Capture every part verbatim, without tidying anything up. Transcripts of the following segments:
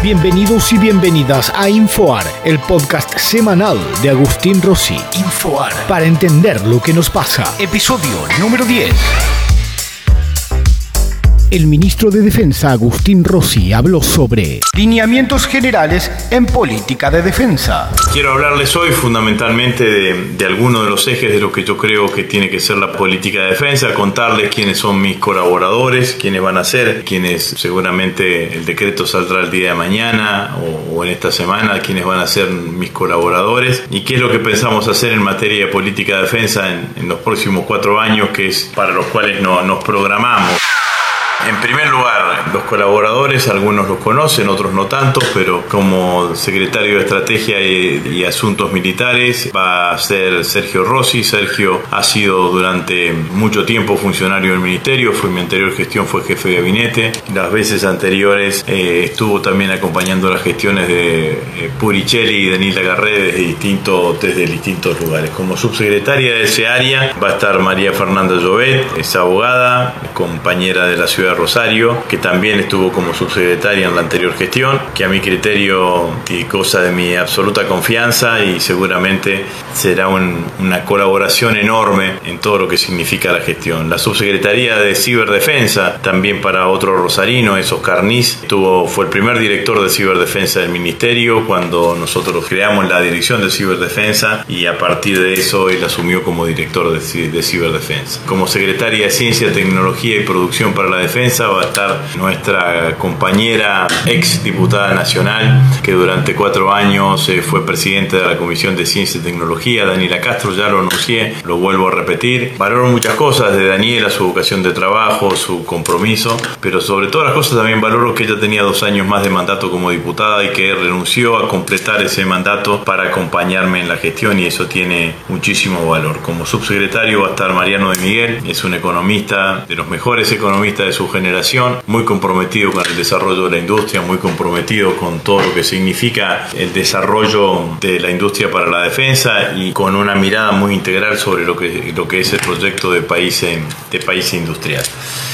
Bienvenidos y bienvenidas a InfoAR, el podcast semanal de Agustín Rossi. InfoAR, para entender lo que nos pasa. Episodio número diez. El ministro de Defensa, Agustín Rossi, habló sobre lineamientos generales en política de defensa. Quiero hablarles hoy fundamentalmente de, de algunos de los ejes de lo que yo creo que tiene que ser la política de defensa, contarles quiénes son mis colaboradores, quiénes van a ser, quiénes seguramente el decreto saldrá el día de mañana o, o en esta semana, quiénes van a ser mis colaboradores y qué es lo que pensamos hacer en materia de política de defensa en, en los próximos cuatro años, que es para los cuales no, nos programamos. En primer lugar, los colaboradores, algunos los conocen, otros no tanto, pero como secretario de Estrategia y, y Asuntos Militares va a ser Sergio Rossi. Sergio ha sido durante mucho tiempo funcionario del Ministerio, fue mi anterior gestión, fue jefe de gabinete. Las veces anteriores eh, estuvo también acompañando las gestiones de eh, Puricelli y Denis Lagarré desde, distinto, desde distintos lugares. Como subsecretaria de ese área va a estar María Fernanda Llobet, es abogada, compañera de la ciudad de Rosario, que también estuvo como subsecretaria en la anterior gestión, que a mi criterio y cosa de mi absoluta confianza y seguramente será un, una colaboración enorme en todo lo que significa la gestión. La subsecretaría de Ciberdefensa, también para otro rosarino, es Oscar Nis, tuvo, fue el primer director de Ciberdefensa del Ministerio cuando nosotros creamos la Dirección de Ciberdefensa y a partir de eso él asumió como director de, de Ciberdefensa. Como secretaria de Ciencia, Tecnología y Producción para la Defensa va a estar nuestra compañera ex diputada nacional que durante cuatro años eh, fue presidenta de la Comisión de Ciencia y Tecnología, Daniela Castro. Ya lo anuncié, lo vuelvo a repetir. Valoro muchas cosas de Daniela, su vocación de trabajo, su compromiso, pero sobre todas las cosas también valoro que ella tenía dos años más de mandato como diputada y que renunció a completar ese mandato para acompañarme en la gestión, y eso tiene muchísimo valor. Como subsecretario va a estar Mariano de Miguel, es un economista, de los mejores economistas de su generación, muy comprometido con el desarrollo de la industria, muy comprometido con todo lo que significa el desarrollo de la industria para la defensa y con una mirada muy integral sobre lo que, lo que es el proyecto de país, de país industrial.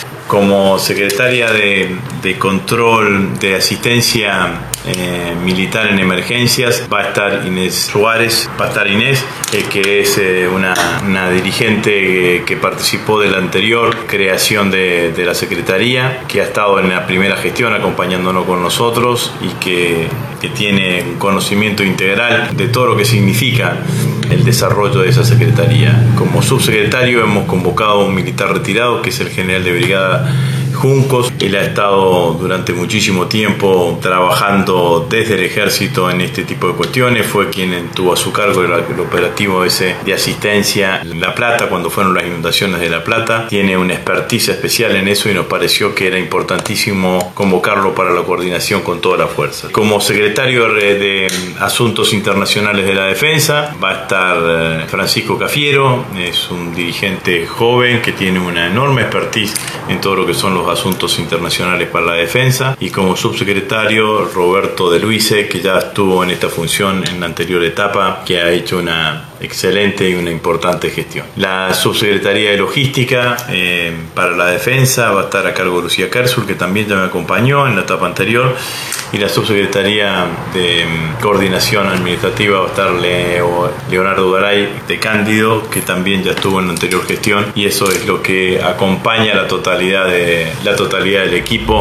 Como secretaria de, de Control de Asistencia eh, Militar en Emergencias va a estar Inés Suárez, va a estar Inés, eh, que es eh, una, una dirigente eh, que participó de la anterior creación de, de la Secretaría, que ha estado en la primera gestión acompañándonos con nosotros y que, que tiene un conocimiento integral de todo lo que significa el desarrollo de esa Secretaría. Como subsecretario hemos convocado a un militar retirado, que es el general de brigada Juncos. Él ha estado durante muchísimo tiempo trabajando desde el ejército en este tipo de cuestiones, fue quien tuvo a su cargo el, el operativo ese de asistencia en La Plata cuando fueron las inundaciones de La Plata. Tiene una experticia especial en eso y nos pareció que era importantísimo convocarlo para la coordinación con toda la fuerza. Como secretario de Asuntos Internacionales de la Defensa va a estar Francisco Cafiero, es un dirigente joven que tiene una enorme expertise en todo lo que son los asuntos internacionales para la defensa, y como subsecretario Roberto de Luise, que ya estuvo en esta función en la anterior etapa, que ha hecho una excelente y una importante gestión. La subsecretaría de Logística eh, para la defensa va a estar a cargo de Lucía Kersul, que también ya me acompañó en la etapa anterior, y la subsecretaría de Coordinación Administrativa va a estar Leo, Leonardo Garay de Cándido, que también ya estuvo en la anterior gestión, y eso es lo que acompaña la totalidad de la totalidad del equipo.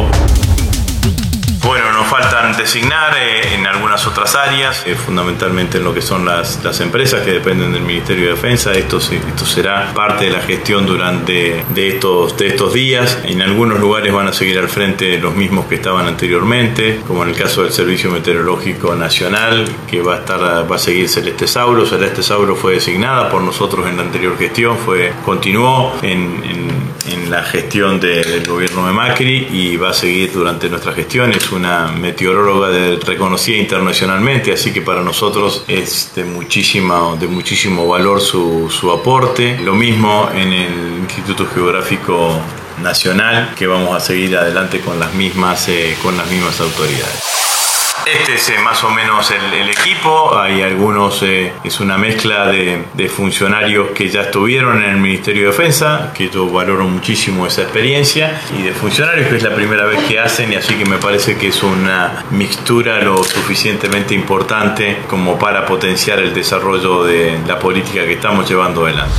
Bueno, nos faltan designar eh, en algunas otras áreas, eh, fundamentalmente en lo que son las, las empresas que dependen del Ministerio de Defensa. Esto, esto será parte de la gestión durante de estos, de estos días. En algunos lugares van a seguir al frente los mismos que estaban anteriormente, como en el caso del Servicio Meteorológico Nacional, que va a estar va a seguir Celeste Sauro. Celeste Sauro fue designada por nosotros en la anterior gestión, fue continuó en, en en la gestión de, del gobierno de Macri y va a seguir durante nuestra gestión. Es una meteoróloga de, reconocida internacionalmente, así que para nosotros es de, muchísima, de muchísimo valor su, su aporte. Lo mismo en el Instituto Geográfico Nacional, que vamos a seguir adelante con las mismas, eh, con las mismas autoridades. Este es eh, más o menos el, el equipo. Hay algunos, eh, es una mezcla de, de funcionarios que ya estuvieron en el Ministerio de Defensa, que yo valoro muchísimo esa experiencia, y de funcionarios que es la primera vez que hacen, y así que me parece que es una mixtura lo suficientemente importante como para potenciar el desarrollo de la política que estamos llevando adelante.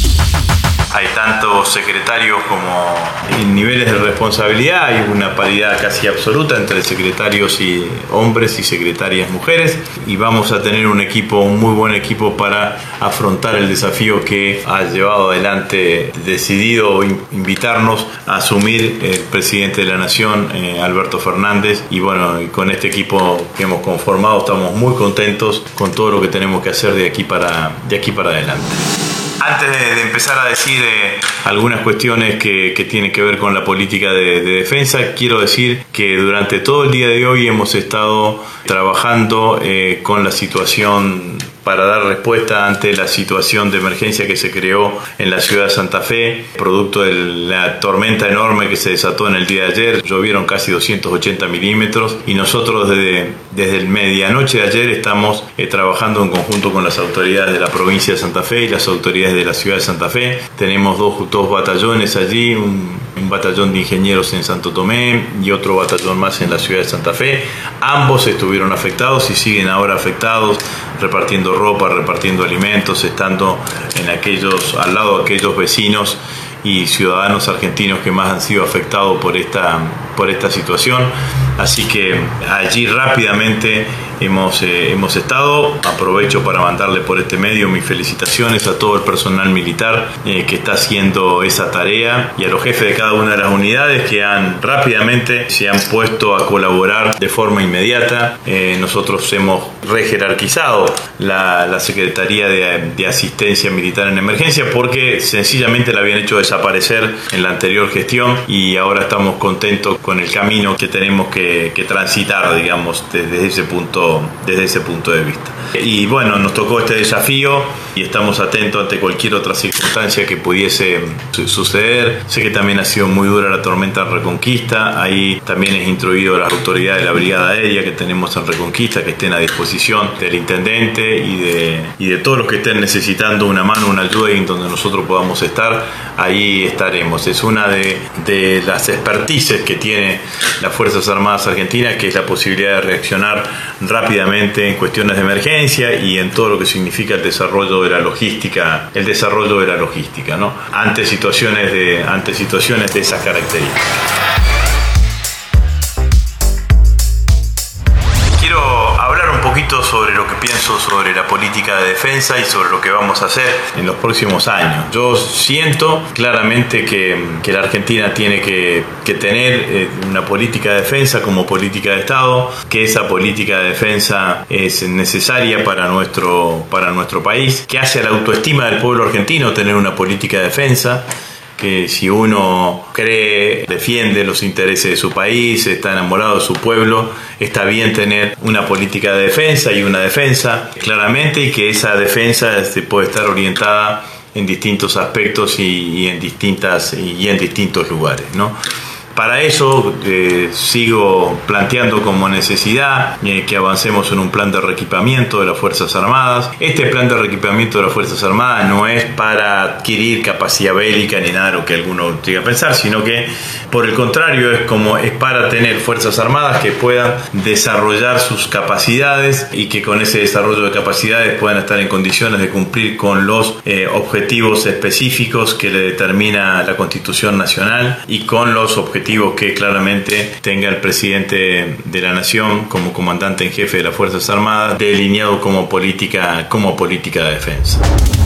Hay tanto secretarios como en niveles de responsabilidad, hay una paridad casi absoluta entre secretarios y hombres y secretarias mujeres, y vamos a tener un equipo, un muy buen equipo para afrontar el desafío que ha llevado adelante, decidido invitarnos a asumir el presidente de la Nación, eh, Alberto Fernández, y bueno, y con este equipo que hemos conformado estamos muy contentos con todo lo que tenemos que hacer de aquí para, de aquí para adelante. Antes de, de empezar a decir eh, algunas cuestiones que, que tienen que ver con la política de, de defensa, quiero decir que durante todo el día de hoy hemos estado trabajando eh, con la situación para dar respuesta ante la situación de emergencia que se creó en la ciudad de Santa Fe, producto de la tormenta enorme que se desató en el día de ayer. Llovieron casi doscientos ochenta milímetros y nosotros desde, desde el medianoche de ayer estamos eh, trabajando en conjunto con las autoridades de la provincia de Santa Fe y las autoridades de la ciudad de Santa Fe. Tenemos dos, dos batallones allí, un, un batallón de ingenieros en Santo Tomé y otro batallón más en la ciudad de Santa Fe. Ambos estuvieron afectados y siguen ahora afectados, repartiendo ropa, repartiendo alimentos, estando en aquellos, al lado de aquellos vecinos y ciudadanos argentinos que más han sido afectados por esta, por esta situación. Así que allí rápidamente hemos, eh, hemos estado. Aprovecho para mandarle por este medio mis felicitaciones a todo el personal militar eh, que está haciendo esa tarea, y a los jefes de cada una de las unidades que han rápidamente se han puesto a colaborar de forma inmediata. Eh, nosotros hemos rejerarquizado la, la Secretaría de, de Asistencia Militar en Emergencia porque sencillamente la habían hecho desaparecer en la anterior gestión, y ahora estamos contentos con el camino que tenemos que que transitar, digamos, desde ese punto, desde ese punto de vista. Y bueno, nos tocó este desafío y estamos atentos ante cualquier otra circunstancia que pudiese suceder. Sé que también ha sido muy dura la tormenta en Reconquista. Ahí también es instruido a las autoridades de la Brigada Aérea que tenemos en Reconquista que estén a disposición del intendente y de, y de todos los que estén necesitando una mano, una ayuda, y en donde nosotros podamos estar, ahí estaremos. Es una de, de las expertices que tiene las Fuerzas Armadas Argentinas, que es la posibilidad de reaccionar rápidamente en cuestiones de emergencia y en todo lo que significa el desarrollo de la logística, el desarrollo de la logística, ¿no? Ante situaciones de, ante situaciones de esas características. Sobre lo que pienso sobre la política de defensa y sobre lo que vamos a hacer en los próximos años. Yo siento claramente que, que la Argentina tiene que, que tener eh, una política de defensa como política de Estado, que esa política de defensa es necesaria para nuestro, para nuestro país, que hace a la autoestima del pueblo argentino tener una política de defensa, que si uno cree, defiende los intereses de su país, está enamorado de su pueblo, está bien tener una política de defensa y una defensa claramente, y que esa defensa este, puede estar orientada en distintos aspectos y, y, en, distintas, y en distintos lugares, ¿no? Para eso eh, sigo planteando como necesidad eh, que avancemos en un plan de reequipamiento de las Fuerzas Armadas. Este plan de reequipamiento de las Fuerzas Armadas no es para adquirir capacidad bélica ni nada de lo que alguno llegue a pensar, sino que por el contrario es como es para tener Fuerzas Armadas que puedan desarrollar sus capacidades y que con ese desarrollo de capacidades puedan estar en condiciones de cumplir con los eh, objetivos específicos que le determina la Constitución Nacional y con los objetivos que claramente tenga el presidente de la Nación como comandante en jefe de las Fuerzas Armadas delineado como política, como política de defensa.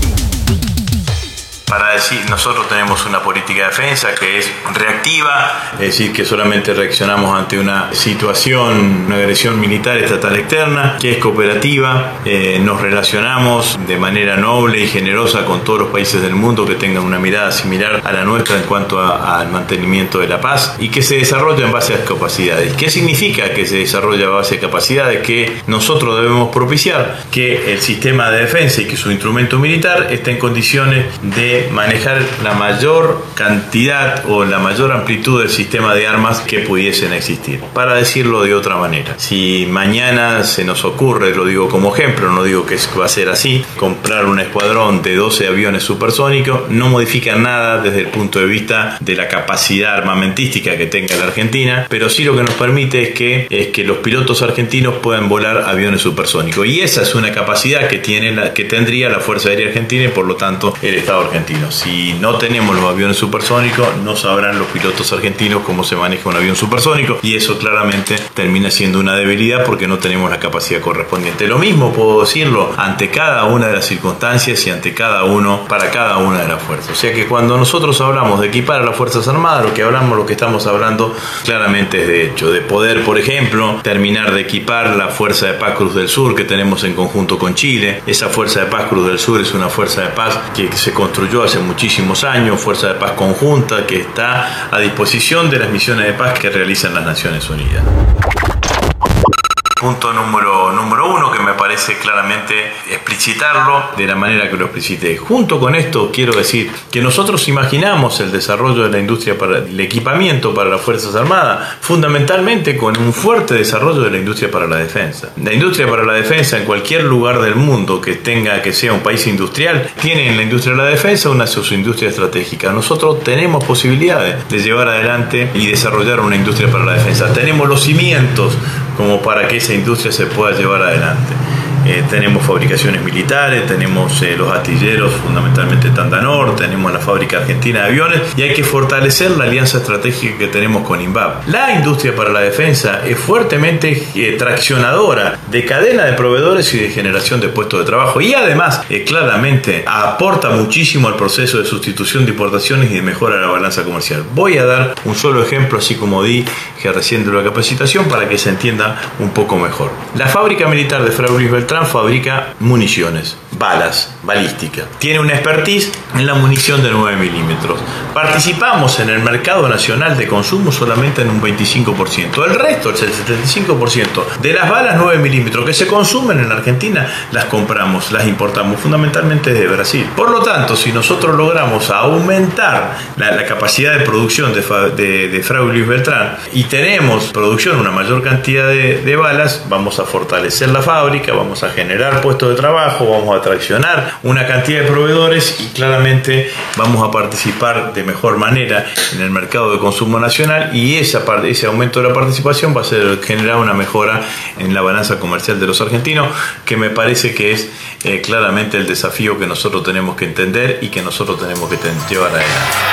Para decir, nosotros tenemos una política de defensa que es reactiva, es decir, que solamente reaccionamos ante una situación, una agresión militar estatal externa, que es cooperativa, eh, nos relacionamos de manera noble y generosa con todos los países del mundo que tengan una mirada similar a la nuestra en cuanto al mantenimiento de la paz, y que se desarrolla en base a capacidades. ¿Qué significa que se desarrolla a base de capacidades? Que nosotros debemos propiciar que el sistema de defensa y que su instrumento militar esté en condiciones de de manejar la mayor cantidad o la mayor amplitud del sistema de armas que pudiesen existir. Para decirlo de otra manera, si mañana se nos ocurre, lo digo como ejemplo, no digo que va a ser así, comprar un escuadrón de doce aviones supersónicos, no modifica nada desde el punto de vista de la capacidad armamentística que tenga la Argentina, pero sí lo que nos permite es que, es que los pilotos argentinos puedan volar aviones supersónicos, y esa es una capacidad que, tiene la, que tendría la Fuerza Aérea Argentina y por lo tanto el Estado argentino. Si no tenemos los aviones supersónicos, no sabrán los pilotos argentinos cómo se maneja un avión supersónico, y eso claramente termina siendo una debilidad porque no tenemos la capacidad correspondiente. Lo mismo puedo decirlo ante cada una de las circunstancias y ante cada uno, para cada una de las fuerzas. O sea que cuando nosotros hablamos de equipar a las Fuerzas Armadas, lo que hablamos, lo que estamos hablando claramente es de hecho, de poder, por ejemplo, terminar de equipar la Fuerza de Paz Cruz del Sur que tenemos en conjunto con Chile. Esa Fuerza de Paz Cruz del Sur es una fuerza de paz que se construyó hace muchísimos años, fuerza de paz conjunta que está a disposición de las misiones de paz que realizan las Naciones Unidas. Punto número, número uno, que me parece claramente explicitarlo de la manera que lo explicité. Junto con esto quiero decir que nosotros imaginamos el desarrollo de la industria para el equipamiento para las Fuerzas Armadas fundamentalmente con un fuerte desarrollo de la industria para la defensa. La industria para la defensa en cualquier lugar del mundo que tenga, que sea un país industrial, tiene en la industria de la defensa una subindustria estratégica. Nosotros tenemos posibilidades de llevar adelante y desarrollar una industria para la defensa. Tenemos los cimientos como para que esa industria se pueda llevar adelante. Eh, tenemos fabricaciones militares, tenemos eh, los astilleros, fundamentalmente Tandanor, tenemos la fábrica argentina de aviones, y hay que fortalecer la alianza estratégica que tenemos con INVAP. La industria para la defensa es fuertemente eh, traccionadora de cadena de proveedores y de generación de puestos de trabajo, y además eh, claramente aporta muchísimo al proceso de sustitución de importaciones y de mejora de la balanza comercial. Voy a dar un solo ejemplo, así como di que recién de la capacitación, para que se entienda un poco mejor. La fábrica militar de Fray Luis Beltrán fabrica municiones, balas, balística. Tiene una expertise en la munición de nueve milímetros. Participamos en el mercado nacional de consumo solamente en un veinticinco por ciento. El resto, el setenta y cinco por ciento de las balas nueve milímetros que se consumen en Argentina, las compramos, las importamos fundamentalmente desde Brasil. Por lo tanto, si nosotros logramos aumentar la, la capacidad de producción de, de, de Fray Luis Beltrán y tenemos producción, una mayor cantidad de, de balas, vamos a fortalecer la fábrica, vamos a generar puestos de trabajo, vamos a traccionar una cantidad de proveedores y claramente vamos a participar de mejor manera en el mercado de consumo nacional, y esa parte, ese aumento de la participación va a ser, generar una mejora en la balanza comercial de los argentinos, que me parece que es eh, claramente el desafío que nosotros tenemos que entender y que nosotros tenemos que ten- llevar adelante.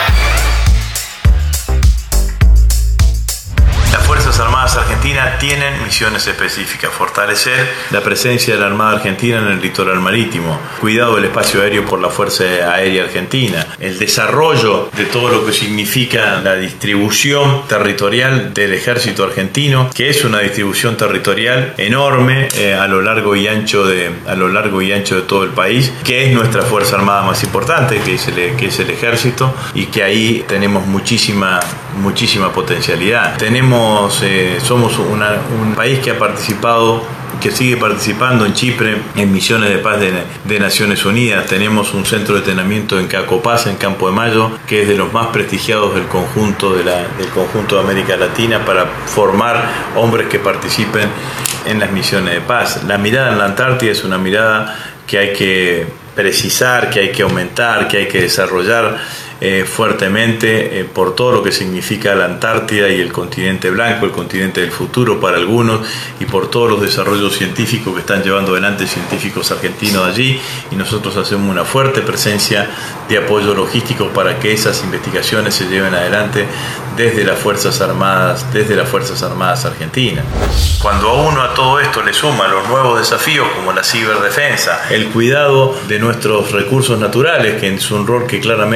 Las Fuerzas Armadas Argentinas tienen misiones específicas: fortalecer la presencia de la Armada Argentina en el litoral marítimo, cuidado del espacio aéreo por la Fuerza Aérea Argentina, el desarrollo de todo lo que significa la distribución territorial del ejército argentino, que es una distribución territorial enorme eh, a lo largo y ancho de a lo largo y ancho de todo el país, que es nuestra Fuerza Armada más importante, que es el, que es el ejército, y que ahí tenemos muchísima muchísima potencialidad. Tenemos eh, somos una, un país que ha participado, que sigue participando en Chipre en misiones de paz de, de Naciones Unidas. Tenemos un centro de entrenamiento en Cacopaz, en Campo de Mayo, que es de los más prestigiados del conjunto de la, del conjunto de América Latina, para formar hombres que participen en las misiones de paz. La mirada en la Antártida es una mirada que hay que precisar, que hay que aumentar, que hay que desarrollar Eh, fuertemente eh, por todo lo que significa la Antártida y el continente blanco, el continente del futuro para algunos, y por todos los desarrollos científicos que están llevando adelante científicos argentinos allí, y nosotros hacemos una fuerte presencia de apoyo logístico para que esas investigaciones se lleven adelante desde las Fuerzas Armadas, desde las Fuerzas Armadas Argentinas. Cuando a uno a todo esto le suma los nuevos desafíos como la ciberdefensa, el cuidado de nuestros recursos naturales, que es un rol que claramente las Fuerzas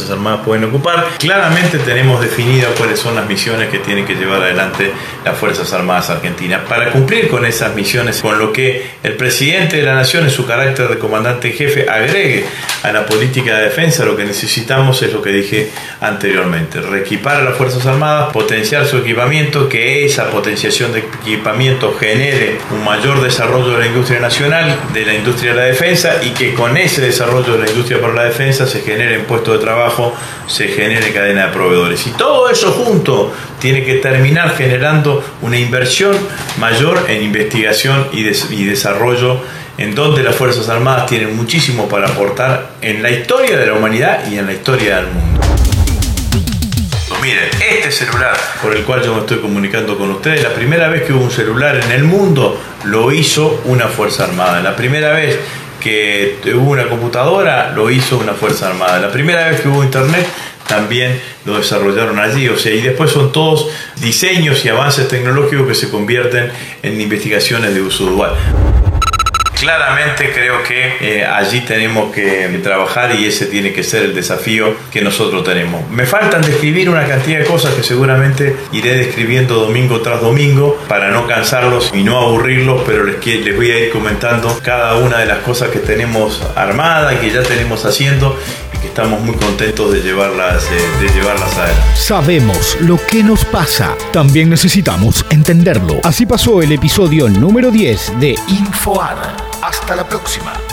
Fuerzas Armadas pueden ocupar. Claramente tenemos definido cuáles son las misiones que tienen que llevar adelante las Fuerzas Armadas Argentinas. Para cumplir con esas misiones, con lo que el presidente de la Nación en su carácter de comandante en jefe agregue a la política de defensa, lo que necesitamos es lo que dije anteriormente: reequipar a las Fuerzas Armadas, potenciar su equipamiento, que esa potenciación de equipamiento genere un mayor desarrollo de la industria nacional, de la industria de la defensa, y que con ese desarrollo de la industria para la defensa se generen puestos de trabajo, se genere cadena de proveedores. Y todo eso junto tiene que terminar generando una inversión mayor en investigación y, des- y desarrollo, en donde las Fuerzas Armadas tienen muchísimo para aportar en la historia de la humanidad y en la historia del mundo. Miren, este celular por el cual yo me estoy comunicando con ustedes, la primera vez que hubo un celular en el mundo lo hizo una Fuerza Armada. La primera vez que hubo una computadora lo hizo una Fuerza Armada. La primera vez que hubo internet también lo desarrollaron allí. O sea, y después son todos diseños y avances tecnológicos que se convierten en investigaciones de uso dual. Claramente creo que eh, allí tenemos que trabajar, y ese tiene que ser el desafío que nosotros tenemos. Me faltan describir una cantidad de cosas que seguramente iré describiendo domingo tras domingo para no cansarlos y no aburrirlos, pero les, les voy a ir comentando cada una de las cosas que tenemos armadas, que ya tenemos haciendo, y que estamos muy contentos de llevarlas, eh, de llevarlas a él. Sabemos lo que nos pasa, también necesitamos entenderlo. Así pasó el episodio número diez de InfoAR. Hasta la próxima.